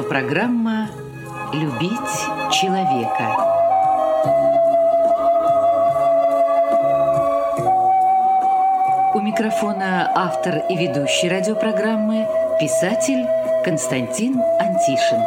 Радиопрограмма «Любить человека». У микрофона автор и ведущий радиопрограммы, писатель Константин Антишин.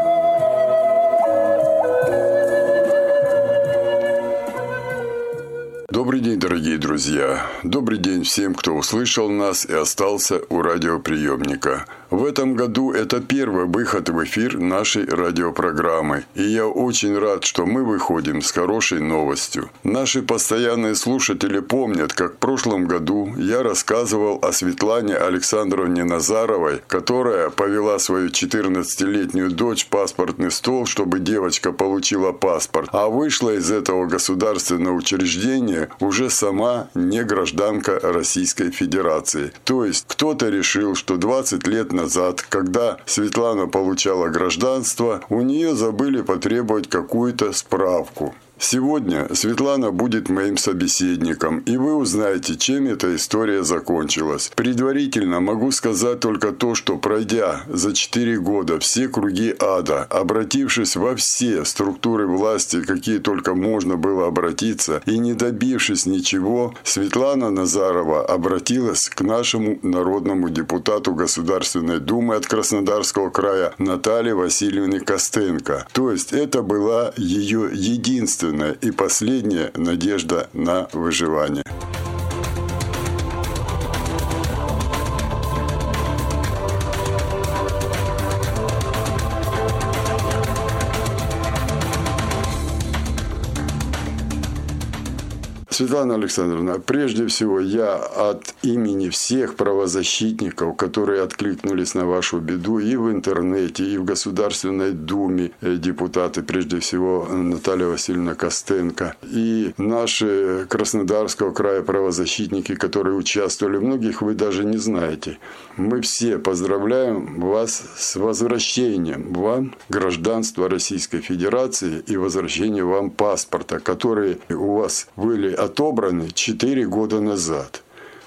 Добрый день, дорогие друзья! Добрый день всем, кто услышал нас и остался у радиоприемника. В этом году это первый выход в эфир нашей радиопрограммы, и я очень рад, что мы выходим с хорошей новостью. Наши постоянные слушатели помнят, как в прошлом году я рассказывал о Светлане Александровне Назаровой, которая повела свою 14-летнюю дочь в паспортный стол, чтобы девочка получила паспорт, а вышла из этого государственного учреждения уже сама не гражданка Российской Федерации. То есть кто-то решил, что 20 лет назад, когда Светлана получала гражданство, у нее забыли потребовать какую-то справку. Сегодня Светлана будет моим собеседником, и вы узнаете, чем эта история закончилась. Предварительно могу сказать только то, что пройдя за 4 года все круги ада, обратившись во все структуры власти, какие только можно было обратиться, и не добившись ничего, Светлана Назарова обратилась к нашему народному депутату Государственной Думы от Краснодарского края Наталье Васильевне Костенко. То есть это была ее единственная и последняя надежда на выживание. Светлана Александровна, прежде всего я от имени всех правозащитников, которые откликнулись на вашу беду и в интернете, и в Государственной Думе, депутаты, прежде всего Наталья Васильевна Костенко, и наши Краснодарского края правозащитники, которые участвовали, многих вы даже не знаете. Мы все поздравляем вас с возвращением вам гражданства Российской Федерации и возвращением вам паспорта, которые у вас были отобраны 4 года назад.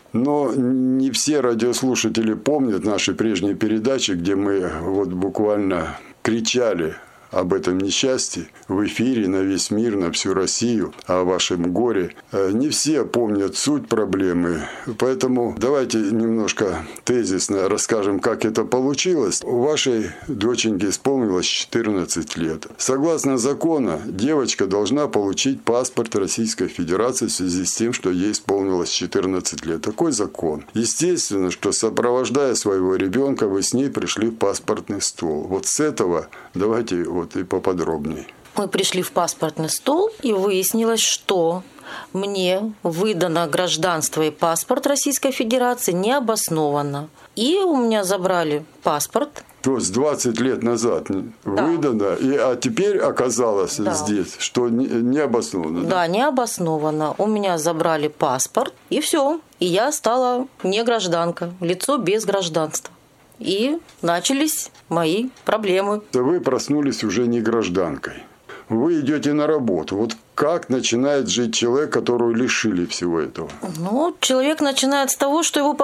Но не все радиослушатели помнят наши прежние передачи, где мы вот буквально кричали об этом несчастье в эфире на весь мир, на всю Россию, о вашем горе. Не все помнят суть проблемы, поэтому давайте немножко тезисно расскажем, как это получилось. У вашей доченьки исполнилось 14 лет. Согласно закону, девочка должна получить паспорт Российской Федерации в связи с тем, что ей исполнилось 14 лет. Такой закон. Естественно, что сопровождая своего ребенка, вы с ней пришли в паспортный стол. Вот с этого давайте вот и поподробнее. Мы пришли в паспортный стол, и выяснилось, что мне выдано гражданство и паспорт Российской Федерации необоснованно. И у меня забрали паспорт. То есть 20 лет назад выдано, а теперь оказалось здесь, что необоснованно. Да, необоснованно. У меня забрали паспорт, и все. И я стала не гражданка, лицо без гражданства. И начались мои проблемы. Вы проснулись уже не гражданкой. Вы идете на работу. Вот как начинает жить человек, которого лишили всего этого? Человек начинает с того, что его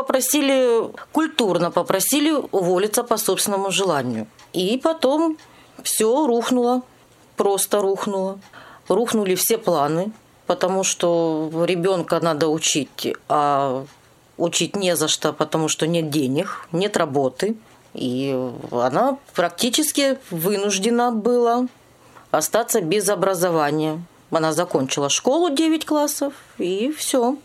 культурно попросили уволиться по собственному желанию. И потом все рухнуло, просто рухнуло. Рухнули все планы, потому что ребенка надо учить, а учить не за что, потому что нет денег, нет работы. И она практически вынуждена была остаться без образования. Она закончила школу 9 классов, и все.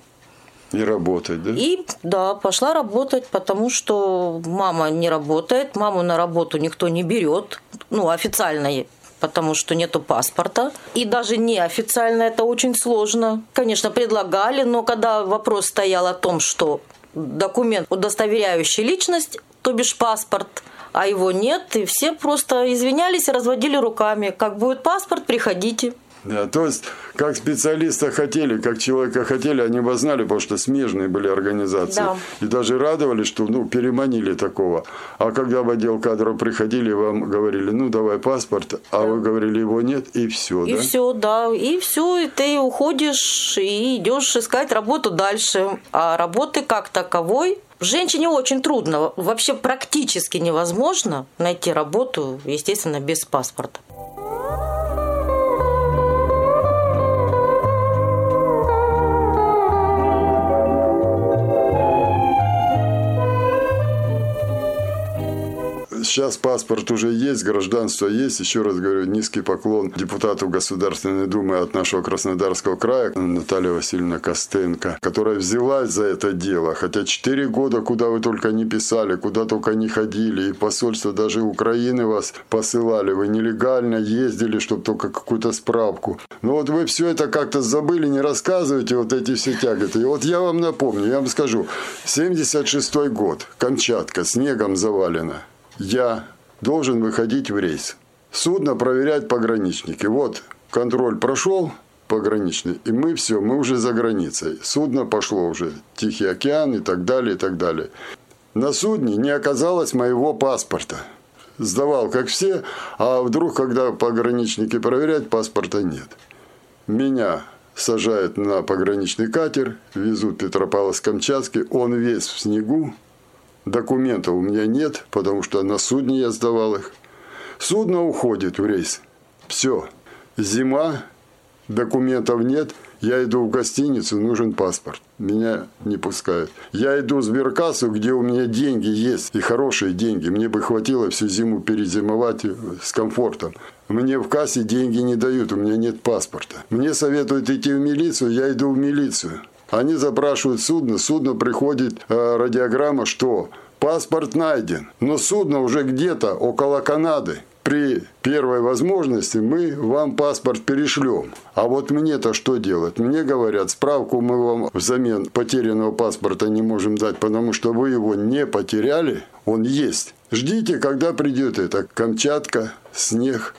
И работать, да? И пошла работать, потому что мама не работает, маму на работу никто не берет, официально, потому что нету паспорта. И даже неофициально это очень сложно. Конечно, предлагали, но когда вопрос стоял о том, что документ, удостоверяющий личность, то бишь паспорт, а его нет, и все просто извинялись и разводили руками. Как будет паспорт, приходите. Да, то есть, как специалиста хотели, как человека хотели, они бы знали, потому что смежные были организации. Да. И даже радовались, что переманили такого. А когда в отдел кадров приходили, вам говорили, давай паспорт, а вы говорили, его нет, и все, и да? И все, и ты уходишь и идешь искать работу дальше. А работы как таковой Женщине очень трудно, вообще практически невозможно найти работу, естественно, без паспорта. Сейчас паспорт уже есть, гражданство есть. Еще раз говорю, низкий поклон депутату Государственной Думы от нашего Краснодарского края Наталье Васильевне Костенко, которая взялась за это дело. Хотя 4 года, куда вы только не писали, куда только не ходили, и посольство даже Украины вас посылали, вы нелегально ездили, чтобы только какую-то справку. Но вот вы все это как-то забыли, не рассказываете, вот эти все тяготы. И вот я вам напомню, я вам скажу, 76-й год, Камчатка, снегом завалена. Я должен выходить в рейс. Судно проверять пограничники. Вот контроль прошел пограничный, и мы уже за границей. Судно пошло уже, Тихий океан и так далее, и так далее. На судне не оказалось моего паспорта. Сдавал, как все, а вдруг, когда пограничники проверяют, паспорта нет. Меня сажают на пограничный катер, везут Петропавловск-Камчатский, он весь в снегу. Документов у меня нет, потому что на судне я сдавал их. Судно уходит в рейс. Все. Зима, документов нет. Я иду в гостиницу, нужен паспорт. Меня не пускают. Я иду в сберкассу, где у меня деньги есть, и хорошие деньги. Мне бы хватило всю зиму перезимовать с комфортом. Мне в кассе деньги не дают, у меня нет паспорта. Мне советуют идти в милицию, я иду в милицию. Они запрашивают судно приходит радиограмма, что паспорт найден, но судно уже где-то около Канады. При первой возможности мы вам паспорт перешлем. А вот мне-то что делать? Мне говорят, справку мы вам взамен потерянного паспорта не можем дать, потому что вы его не потеряли, он есть. Ждите, когда придет это. Камчатка, снег.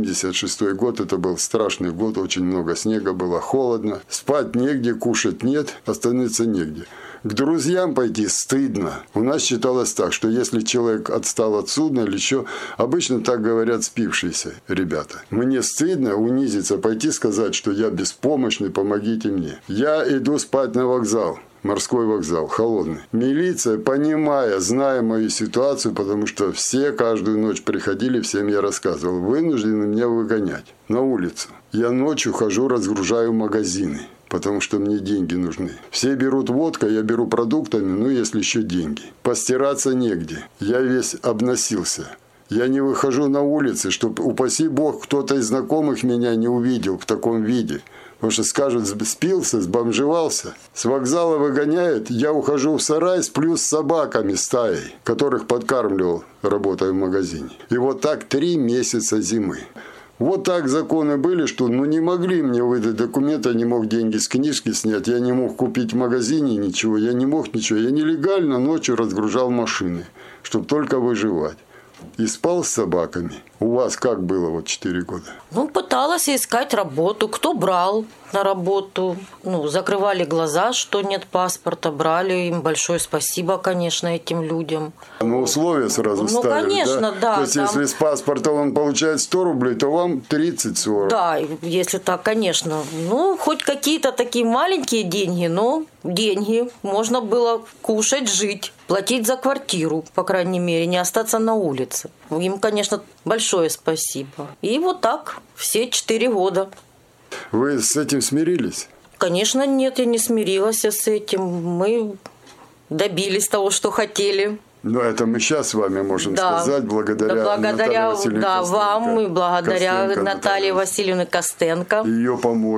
76-й год, это был страшный год, очень много снега было, холодно. Спать негде, кушать нет, остановиться негде. К друзьям пойти стыдно. У нас считалось так, что если человек отстал от судна или еще, обычно так говорят спившиеся ребята. Мне стыдно унизиться, пойти сказать, что я беспомощный, помогите мне. Я иду спать на вокзал. Морской вокзал, холодный. Милиция, понимая, зная мою ситуацию, потому что все каждую ночь приходили, всем я рассказывал, вынуждены меня выгонять на улицу. Я ночью хожу, разгружаю магазины, потому что мне деньги нужны. Все берут водку, я беру продуктами, ну если еще деньги. Постираться негде. Я весь обносился. Я не выхожу на улицы, чтобы, упаси бог, кто-то из знакомых меня не увидел в таком виде. Потому что скажут, спился, сбомжевался. С вокзала выгоняют, я ухожу в сарай, сплю с собаками стаей, которых подкармливал, работая в магазине. И вот так 3 месяца зимы. Вот так законы были, что не могли мне выдать документы, я не мог деньги с книжки снять, я не мог купить в магазине ничего, я не мог ничего. Я нелегально ночью разгружал машины, чтобы только выживать. И спал с собаками. У вас как было вот 4 года? Пыталась искать работу. Кто брал на работу? Закрывали глаза, что нет паспорта, брали. Им большое спасибо, конечно, этим людям. Условия сразу ставили, конечно, да. То есть, если с паспортом он получает 100 рублей, то вам 30-40. Да, если так, конечно. Хоть какие-то такие маленькие деньги, но деньги. Можно было кушать, жить, платить за квартиру, по крайней мере, не остаться на улице. Им, конечно, большое спасибо. И вот так все 4 года. Вы с этим смирились? Конечно, нет, я не смирилась с этим. Мы добились того, что хотели. Это мы сейчас с вами можем сказать, благодаря Наталье Васильевне вам и благодаря Наталье Васильевне Костенко. Ее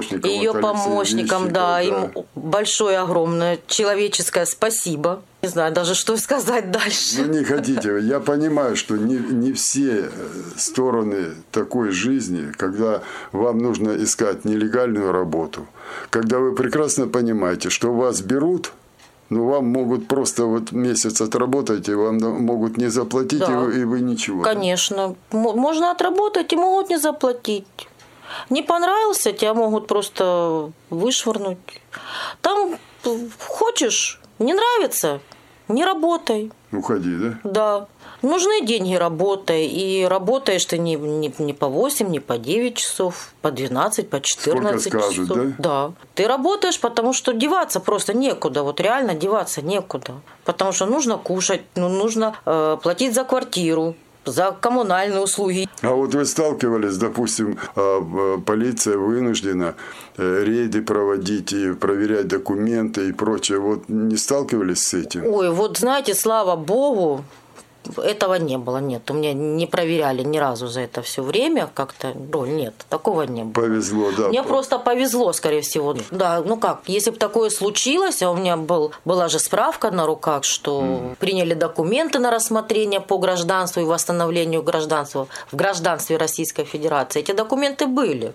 помощникам. Им большое, огромное человеческое спасибо. Не знаю даже, что сказать дальше. Не хотите. Я понимаю, что не все стороны такой жизни, когда вам нужно искать нелегальную работу, когда вы прекрасно понимаете, что вас берут, вам могут просто месяц отработать, и вам могут не заплатить, да. и вы ничего. Конечно. Можно отработать и могут не заплатить. Не понравился, тебя могут просто вышвырнуть. Там хочешь, не нравится, не работай. Уходи, да? Да. Нужны деньги, работай. И работаешь ты не по 8, не по 9 часов, по 12, по 14 Сколько скажут, часов. да? Да. Ты работаешь, потому что деваться просто некуда. Вот реально деваться некуда. Потому что нужно кушать, нужно платить за квартиру, за коммунальные услуги. А вот вы сталкивались, допустим, полиция вынуждена рейды проводить и проверять документы и прочее. Вот не сталкивались с этим? Ой, вот знаете, слава богу, этого не было, нет. У меня не проверяли ни разу за это все время как-то. Нет, такого не было. Повезло, да. Мне просто повезло, скорее всего. Да, если бы такое случилось, а у меня была же справка на руках, что приняли документы на рассмотрение по гражданству и восстановлению гражданства в гражданстве Российской Федерации. Эти документы были.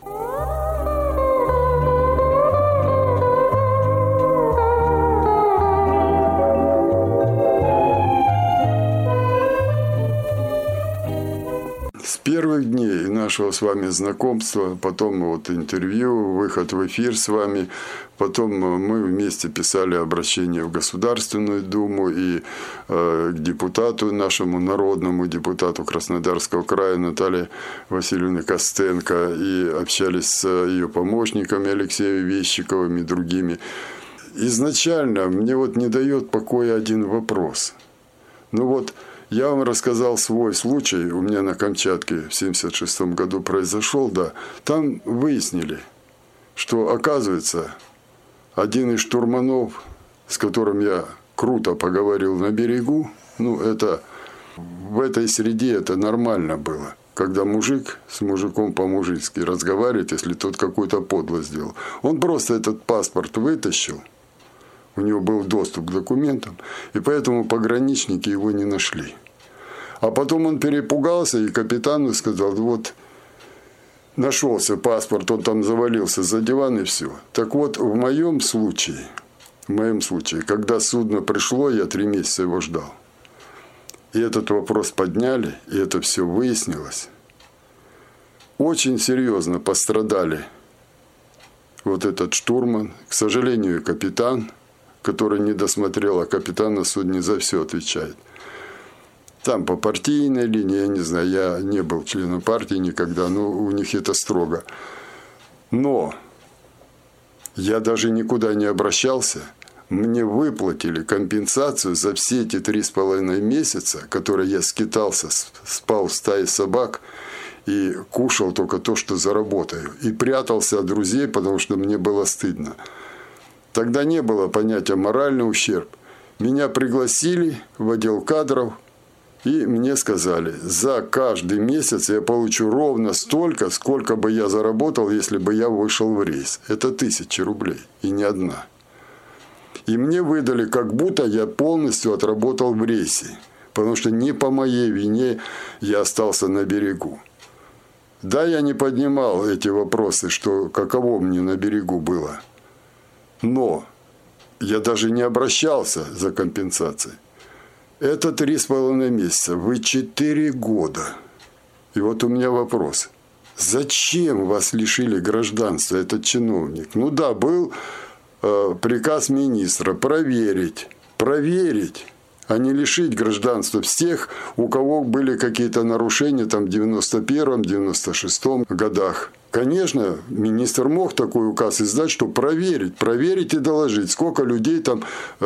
С первых дней нашего с вами знакомства, потом вот интервью, выход в эфир с вами, потом мы вместе писали обращение в Государственную Думу и к депутату, нашему народному депутату Краснодарского края Наталье Васильевне Костенко, и общались с ее помощниками Алексеем Вещиковым и другими. Изначально мне вот не дает покоя один вопрос. Я вам рассказал свой случай, у меня на Камчатке в 1976 году произошел, да. Там выяснили, что, оказывается, один из штурманов, с которым я круто поговорил на берегу, это в этой среде это нормально было. Когда мужик с мужиком по-мужицки разговаривает, если тот какую-то подлость сделал. Он просто этот паспорт вытащил. У него был доступ к документам, и поэтому пограничники его не нашли. А потом он перепугался и капитану сказал, вот нашелся паспорт, он там завалился за диван и все. Так вот, в моем случае, когда судно пришло, я 3 месяца его ждал. И этот вопрос подняли, и это все выяснилось. Очень серьезно пострадали вот этот штурман, к сожалению, и капитан, который не досмотрел, а капитан на судне за все отвечает. Там по партийной линии, я не знаю, я не был членом партии никогда, но у них это строго. Но я даже никуда не обращался. Мне выплатили компенсацию за все эти 3,5 месяца, которые я скитался, спал в стае собак и кушал только то, что заработаю. И прятался от друзей, потому что мне было стыдно. Тогда не было понятия моральный ущерб. Меня пригласили в отдел кадров, и мне сказали, за каждый месяц я получу ровно столько, сколько бы я заработал, если бы я вышел в рейс. Это 1000 рублей, и не одна. И мне выдали, как будто я полностью отработал в рейсе, потому что не по моей вине я остался на берегу. Да, я не поднимал эти вопросы, что каково мне на берегу было. Но я даже не обращался за компенсацией. Это 3,5 месяца. Вы 4 года. И вот у меня вопрос. Зачем вас лишили гражданства, этот чиновник? Да, был приказ министра проверить, а не лишить гражданства всех, у кого были какие-то нарушения там в 91-м, 96-м годах. Конечно, министр мог такой указ издать, что проверить и доложить, сколько людей там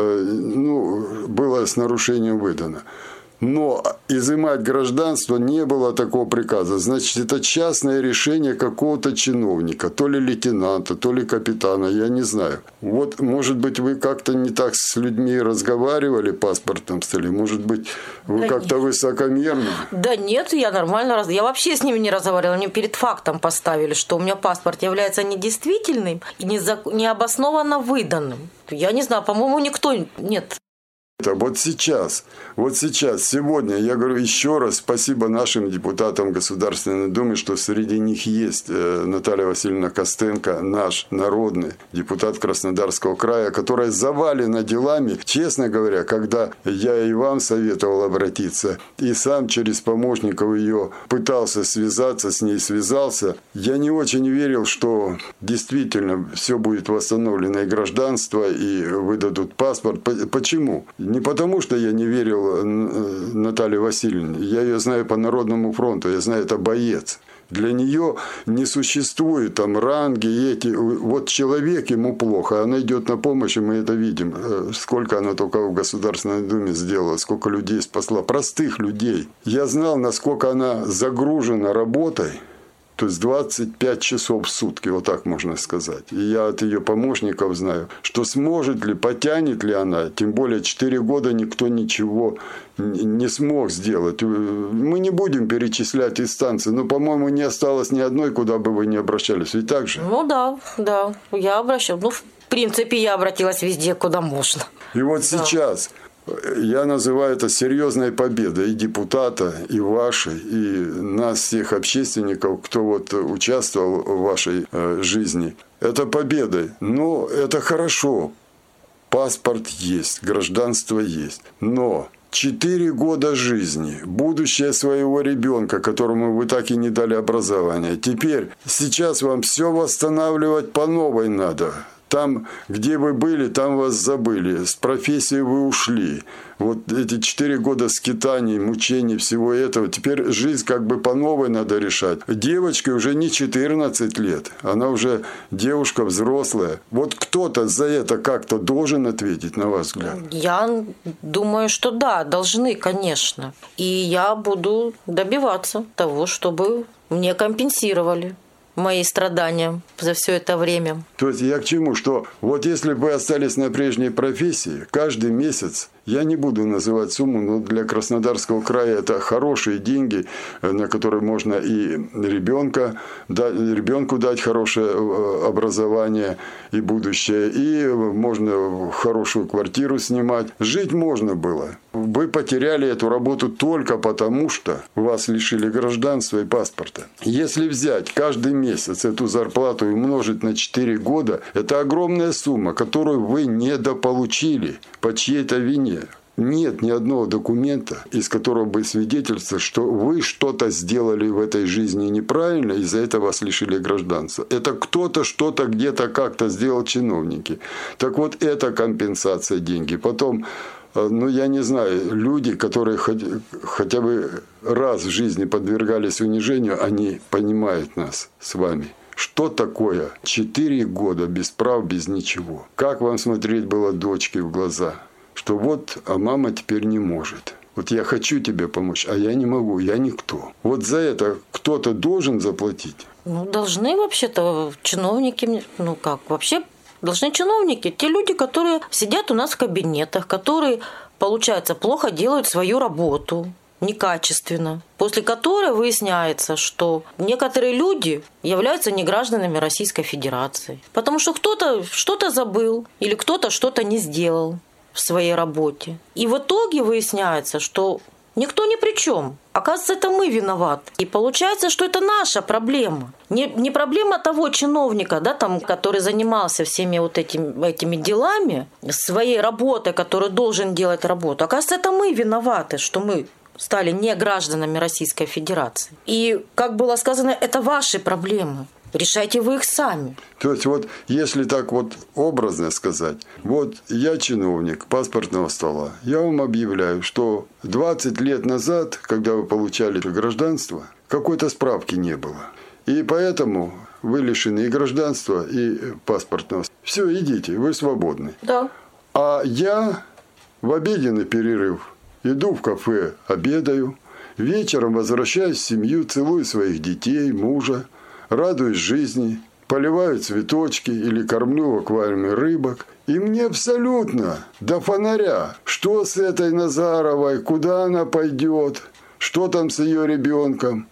было с нарушением выдано. Но изымать гражданство не было такого приказа. Значит, это частное решение какого-то чиновника, то ли лейтенанта, то ли капитана, я не знаю. Вот, может быть, вы как-то не так с людьми разговаривали в паспортном столе? Может быть, вы как-то высокомерны? Да нет, я нормально Я вообще с ними не разговаривала. Мне перед фактом поставили, что у меня паспорт является недействительным и необоснованно выданным. Я не знаю, по-моему, никто... Нет. Вот сейчас, сегодня, я говорю еще раз спасибо нашим депутатам Государственной Думы, что среди них есть Наталья Васильевна Костенко, наш народный депутат Краснодарского края, которая завалена делами. Честно говоря, когда я и вам советовал обратиться, и сам через помощников ее пытался связаться, с ней связался, я не очень верил, что действительно все будет восстановлено и гражданство, и выдадут паспорт. Почему? Не потому, что я не верил Наталье Васильевне. Я ее знаю по Народному фронту. Я знаю, это боец. Для нее не существует там ранги эти. Вот человек, ему плохо, она идет на помощь, и мы это видим. Сколько она только в Государственной Думе сделала, сколько людей спасла. Простых людей. Я знал, насколько она загружена работой. То есть 25 часов в сутки, вот так можно сказать. И я от ее помощников знаю, что сможет ли, потянет ли она. Тем более 4 года никто ничего не смог сделать. Мы не будем перечислять инстанции, но, по-моему, не осталось ни одной, куда бы вы ни обращались. Ведь так же? Ну да, я обращалась. Ну, в принципе, я обратилась везде, куда можно. И вот сейчас... Я называю это серьезной победой и депутата, и вашей, и нас, всех общественников, кто вот участвовал в вашей жизни. Это победой. Но это хорошо. Паспорт есть, гражданство есть. Но 4 года жизни, будущее своего ребенка, которому вы так и не дали образование. Теперь, сейчас вам все восстанавливать по новой надо. Там, где вы были, там вас забыли. С профессии вы ушли. Вот эти 4 года скитаний, мучений, всего этого. Теперь жизнь как бы по новой надо решать. Девочке уже не 14 лет. Она уже девушка взрослая. Вот кто-то за это как-то должен ответить, на ваш взгляд? Я думаю, что да, должны, конечно. И я буду добиваться того, чтобы мне компенсировали мои страдания за все это время. То есть я к чему? Что вот если бы вы остались на прежней профессии, каждый месяц, я не буду называть сумму, но для Краснодарского края это хорошие деньги, на которые можно и ребенку дать хорошее образование и будущее, и можно хорошую квартиру снимать. Жить можно было. Вы потеряли эту работу только потому, что вас лишили гражданства и паспорта. Если взять каждый месяц эту зарплату и умножить на 4 года, это огромная сумма, которую вы недополучили по чьей-то вине. Нет ни одного документа, из которого бы свидетельствовало, что вы что-то сделали в этой жизни неправильно, и за это вас лишили гражданства. Это кто-то что-то где-то как-то сделал, чиновники. Так вот, это компенсация деньги. Потом, я не знаю, люди, которые хотя бы раз в жизни подвергались унижению, они понимают нас с вами. Что такое 4 года без прав, без ничего? Как вам смотреть было дочке в глаза? Что вот, а мама теперь не может. Вот я хочу тебе помочь, а я не могу, я никто. Вот за это кто-то должен заплатить? Должны вообще-то чиновники, вообще должны чиновники, те люди, которые сидят у нас в кабинетах, которые, получается, плохо делают свою работу, некачественно, после которой выясняется, что некоторые люди являются негражданами Российской Федерации, потому что кто-то что-то забыл или кто-то что-то не сделал в своей работе. И в итоге выясняется, что никто ни при чем. Оказывается, это мы виноваты. И получается, что это наша проблема. Не проблема того чиновника, который занимался всеми вот этими делами, своей работой, который должен делать работу. Оказывается, это мы виноваты, что мы стали не гражданами Российской Федерации. И, как было сказано, это ваши проблемы. Решайте вы их сами. То есть вот если так вот образно сказать, вот я чиновник паспортного стола, я вам объявляю, что 20 лет назад, когда вы получали гражданство, какой-то справки не было. И поэтому вы лишены и гражданства, и паспортного. Все, идите, вы свободны. Да. А я в обеденный перерыв иду в кафе, обедаю, вечером возвращаюсь в семью, целую своих детей, мужа, радуюсь жизни, поливаю цветочки или кормлю в аквариуме рыбок. И мне абсолютно до фонаря, что с этой Назаровой, куда она пойдет, что там с ее ребенком.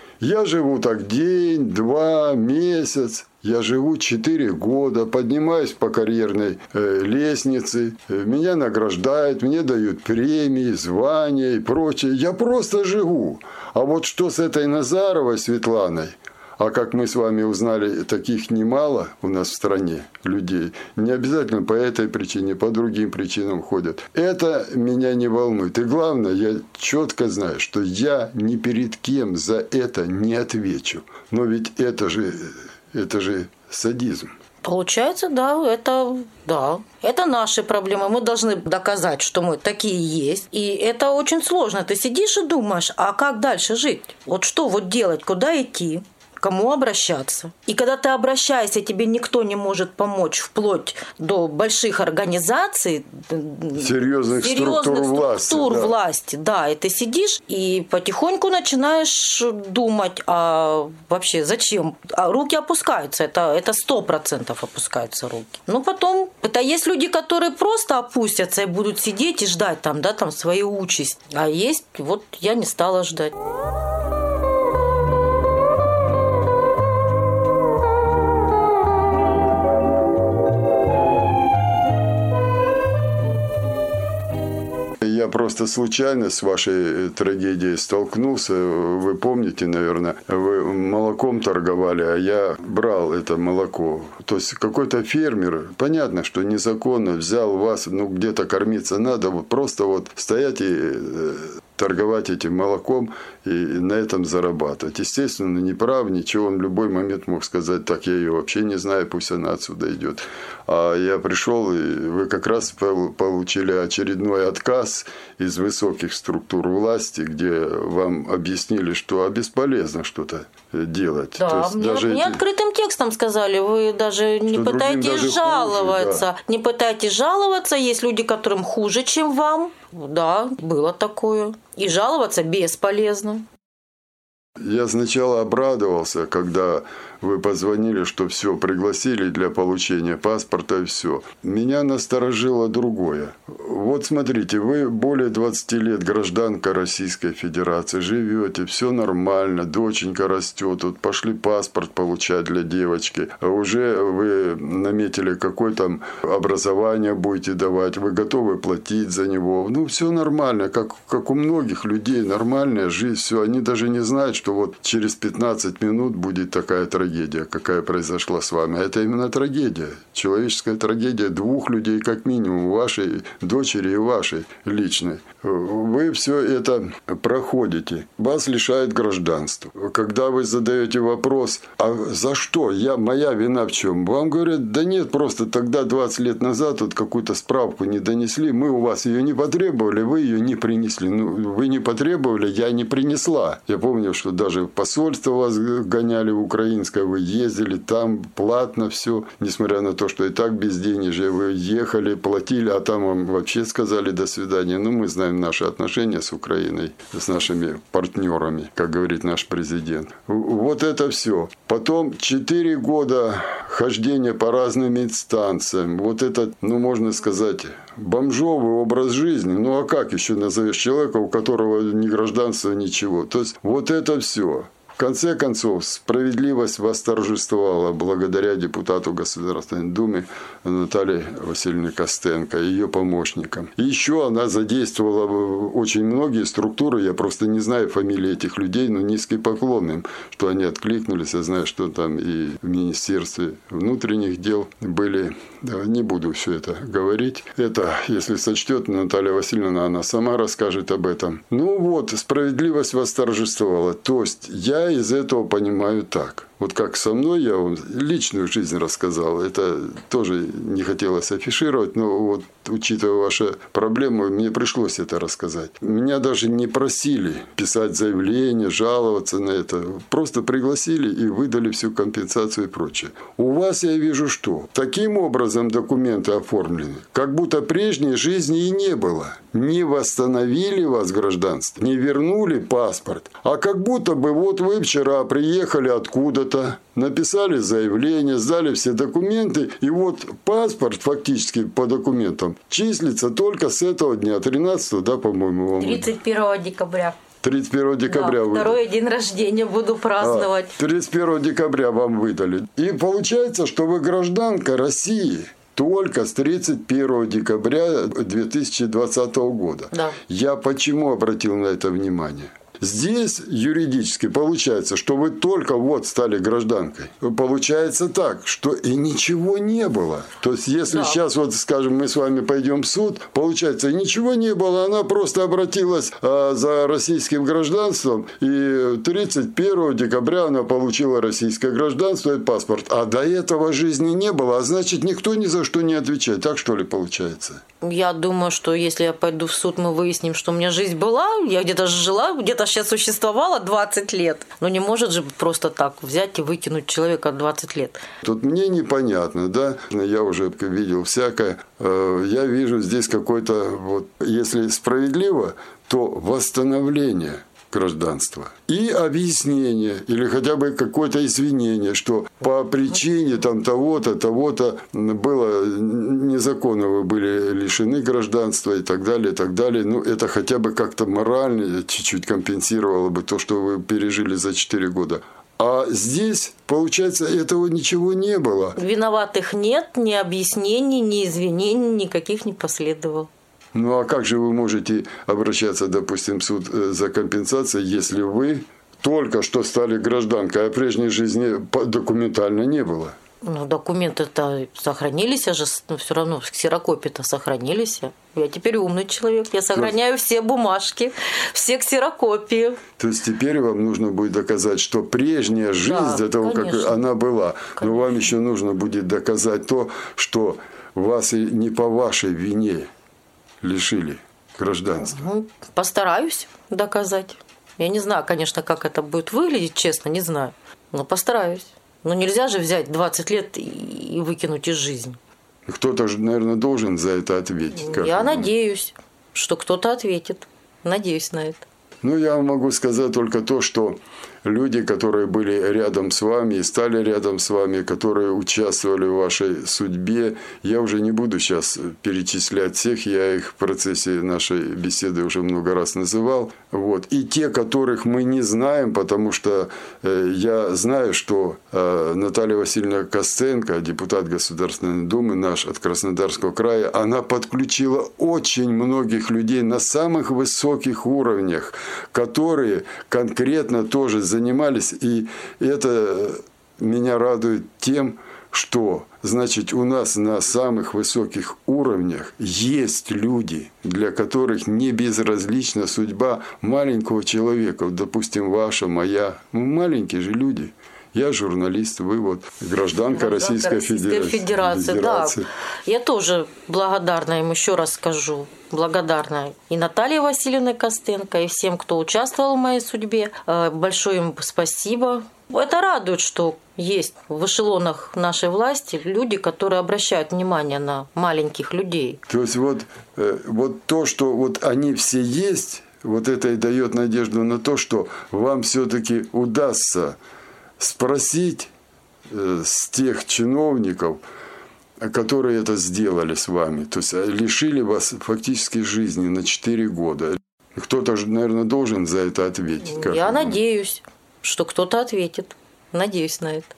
Я живу так день, 2, месяц. Я живу 4 года, поднимаюсь по карьерной лестнице, меня награждают, мне дают премии, звания и прочее. Я просто живу. А вот что с этой Назаровой Светланой, а как мы с вами узнали, таких немало у нас в стране людей, не обязательно по этой причине, по другим причинам ходят. Это меня не волнует. И главное, я четко знаю, что я ни перед кем за это не отвечу. Но ведь это же садизм. Получается, это наши проблемы. Мы должны доказать, что мы такие есть. И это очень сложно. Ты сидишь и думаешь, а как дальше жить? Вот что вот делать, куда идти? Кому обращаться. И когда ты обращаешься, тебе никто не может помочь, вплоть до больших организаций, серьезных структур власти. Да, и ты сидишь и потихоньку начинаешь думать, а вообще зачем? А руки опускаются, это 100% опускаются руки. Но потом, это есть люди, которые просто опустятся и будут сидеть и ждать там свою участь. А есть, вот я не стала ждать. Я просто случайно с вашей трагедией столкнулся. Вы помните, наверное, вы молоком торговали, а я брал это молоко. То есть какой-то фермер, понятно, что незаконно взял вас, где-то кормиться надо, просто стоять и торговать этим молоком и на этом зарабатывать. Естественно, не прав, ничего, он в любой момент мог сказать, так, я ее вообще не знаю, пусть она отсюда идет. А я пришел, и вы как раз получили очередной отказ из высоких структур власти, где вам объяснили, что бесполезно что-то делать. Да, то есть мне открытым текстом сказали, вы даже не пытаетесь жаловаться. Хуже, да. Не пытайтесь жаловаться, есть люди, которым хуже, чем вам. Да, было такое. И жаловаться бесполезно. Я сначала обрадовался, когда вы позвонили, что все, пригласили для получения паспорта и все. Меня насторожило другое. Вот смотрите, вы более 20 лет гражданка Российской Федерации, живете, все нормально, доченька растет, тут пошли паспорт получать для девочки, а уже вы наметили, какое там образование будете давать, вы готовы платить за него. Все нормально, как у многих людей, нормальная жизнь, все, они даже не знают, что вот через 15 минут будет такая трагедия, какая произошла с вами. Это именно трагедия. Человеческая трагедия двух людей как минимум, вашей дочери и вашей личной. Вы все это проходите. Вас лишают гражданства. Когда вы задаете вопрос, а за что? Моя вина в чем? Вам говорят, да нет, просто тогда 20 лет назад вот какую-то справку не донесли, мы у вас ее не потребовали, вы ее не принесли. Вы не потребовали, я не принесла. Я помню, что даже в посольство вас гоняли в украинское, вы ездили там платно все, несмотря на то, что и так безденежье, вы ехали, платили, а там вам вообще сказали до свидания. Мы знаем наши отношения с Украиной, с нашими партнерами, как говорит наш президент. Вот это все. Потом 4 года хождения по разным инстанциям. Вот этот, можно сказать, бомжовый образ жизни. А как еще назовешь человека, у которого ни гражданства, ничего? То есть вот это все. В конце концов, справедливость восторжествовала благодаря депутату Государственной Думы Наталье Васильевне Костенко и ее помощникам. И еще она задействовала очень многие структуры, я просто не знаю фамилии этих людей, но низкий поклон им, что они откликнулись. Я знаю, что там и в Министерстве внутренних дел были. Да, не буду все это говорить. Это, если сочтет Наталья Васильевна, она сама расскажет об этом. Справедливость восторжествовала. То есть я из этого понимаю так. Вот как со мной, я вам личную жизнь рассказал. Это тоже не хотелось афишировать, но учитывая ваши проблемы, мне пришлось это рассказать. Меня даже не просили писать заявление, жаловаться на это. Просто пригласили и выдали всю компенсацию и прочее. У вас я вижу что? Таким образом документы оформлены, как будто прежней жизни и не было. Не восстановили вас гражданство, не вернули паспорт, а как будто бы вы вчера приехали откуда-то, написали заявление, сдали все документы, и паспорт фактически по документам числится только с этого дня, 13-го, по-моему, вам 31 декабря. 31 декабря выдали. Второй день рождения буду праздновать. 31 декабря вам выдали. И получается, что вы гражданка России только с 31 декабря 2020 года. Да. Я почему обратил на это внимание? Здесь юридически получается, что вы только вот стали гражданкой. Получается так, что и ничего не было. То есть, если сейчас, вот, скажем, мы с вами пойдем в суд, получается, ничего не было, она просто обратилась за российским гражданством, и 31 декабря она получила российское гражданство и паспорт. А до этого жизни не было, а значит, никто ни за что не отвечает. Так что ли получается? Я думаю, что если я пойду в суд, мы выясним, что у меня жизнь была, я где-то жила, где-то сейчас существовала 20 лет. Но не может же просто так взять и выкинуть человека 20 лет. Тут мне непонятно, да? Я уже видел всякое. Я вижу здесь какое-то, вот, если справедливо, то восстановление гражданства. И объяснение, или хотя бы какое-то извинение, что по причине там того-то, того-то было незаконно, вы были лишены гражданства и так далее, и так далее. Ну, это хотя бы как-то морально чуть-чуть компенсировало бы то, что вы пережили за 4 года. А здесь, получается, этого ничего не было. Виноватых нет, ни объяснений, ни извинений никаких не последовало. Ну, а как же вы можете обращаться, допустим, в суд за компенсацией, если вы только что стали гражданкой, а прежней жизни документально не было? Ну, документы-то сохранились, но все равно ксерокопии-то сохранились. Я теперь умный человек, я сохраняю все бумажки, все ксерокопии. То есть теперь вам нужно будет доказать, что прежняя жизнь до того, как она была. Конечно. Но вам еще нужно будет доказать то, что вас и не по вашей вине лишили гражданства. Ну, постараюсь доказать. Я не знаю, конечно, как это будет выглядеть, честно, не знаю. Но постараюсь. Но нельзя же взять 20 лет и выкинуть из жизни. Кто-то же, наверное, должен за это ответить. Я надеюсь, что кто-то ответит. Надеюсь на это. Ну, я могу сказать только то, что люди, которые были рядом с вами и стали рядом с вами, которые участвовали в вашей судьбе, я уже не буду сейчас перечислять всех, я их в процессе нашей беседы уже много раз называл. Вот. И те, которых мы не знаем, потому что я знаю, что Наталья Васильевна Костенко, депутат Государственной Думы наш от Краснодарского края, она подключила очень многих людей на самых высоких уровнях, которые конкретно тоже занимались, и это меня радует тем, что, значит, у нас на самых высоких уровнях есть люди, для которых не безразлична судьба маленького человека, допустим, ваша, моя, маленькие же люди. Я журналист, вы вот гражданка Российской Федерации. Да. Я тоже благодарна им, еще раз скажу, благодарна и Наталье Васильевне Костенко, и всем, кто участвовал в моей судьбе. Большое им спасибо. Это радует, что есть в эшелонах нашей власти люди, которые обращают внимание на маленьких людей. То есть вот то, что вот они все есть, вот это и дает надежду на то, что вам все-таки удастся спросить с тех чиновников, которые это сделали с вами, то есть лишили вас фактически жизни на 4 года. Кто-то же, наверное, должен за это ответить. Я надеюсь, что кто-то ответит. Надеюсь на это.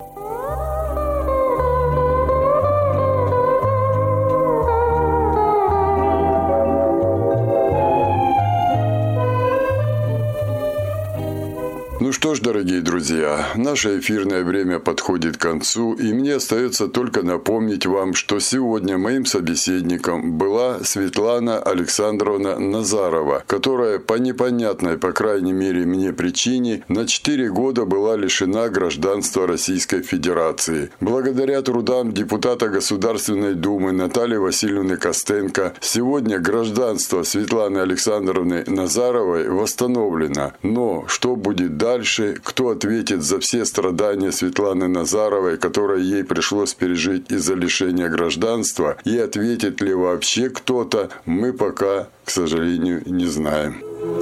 Ну что ж, дорогие друзья, наше эфирное время подходит к концу, и мне остается только напомнить вам, что сегодня моим собеседником была Светлана Александровна Назарова, которая по непонятной, по крайней мере мне причине, на 4 года была лишена гражданства Российской Федерации. Благодаря трудам депутата Государственной Думы Натальи Васильевны Костенко сегодня гражданство Светланы Александровны Назаровой восстановлено. Но что будет дальше? Кто ответит за все страдания Светланы Назаровой, которые ей пришлось пережить из-за лишения гражданства, и ответит ли вообще кто-то, мы пока, к сожалению, не знаем.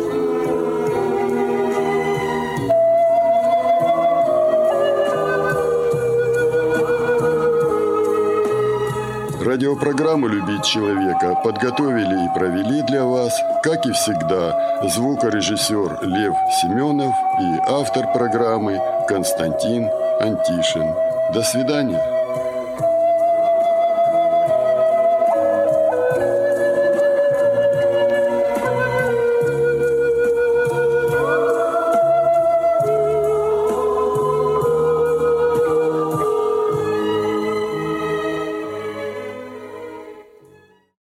Радиопрограмму «Любить человека» подготовили и провели для вас, как и всегда, звукорежиссер Лев Семенов и автор программы Константин Антишин. До свидания.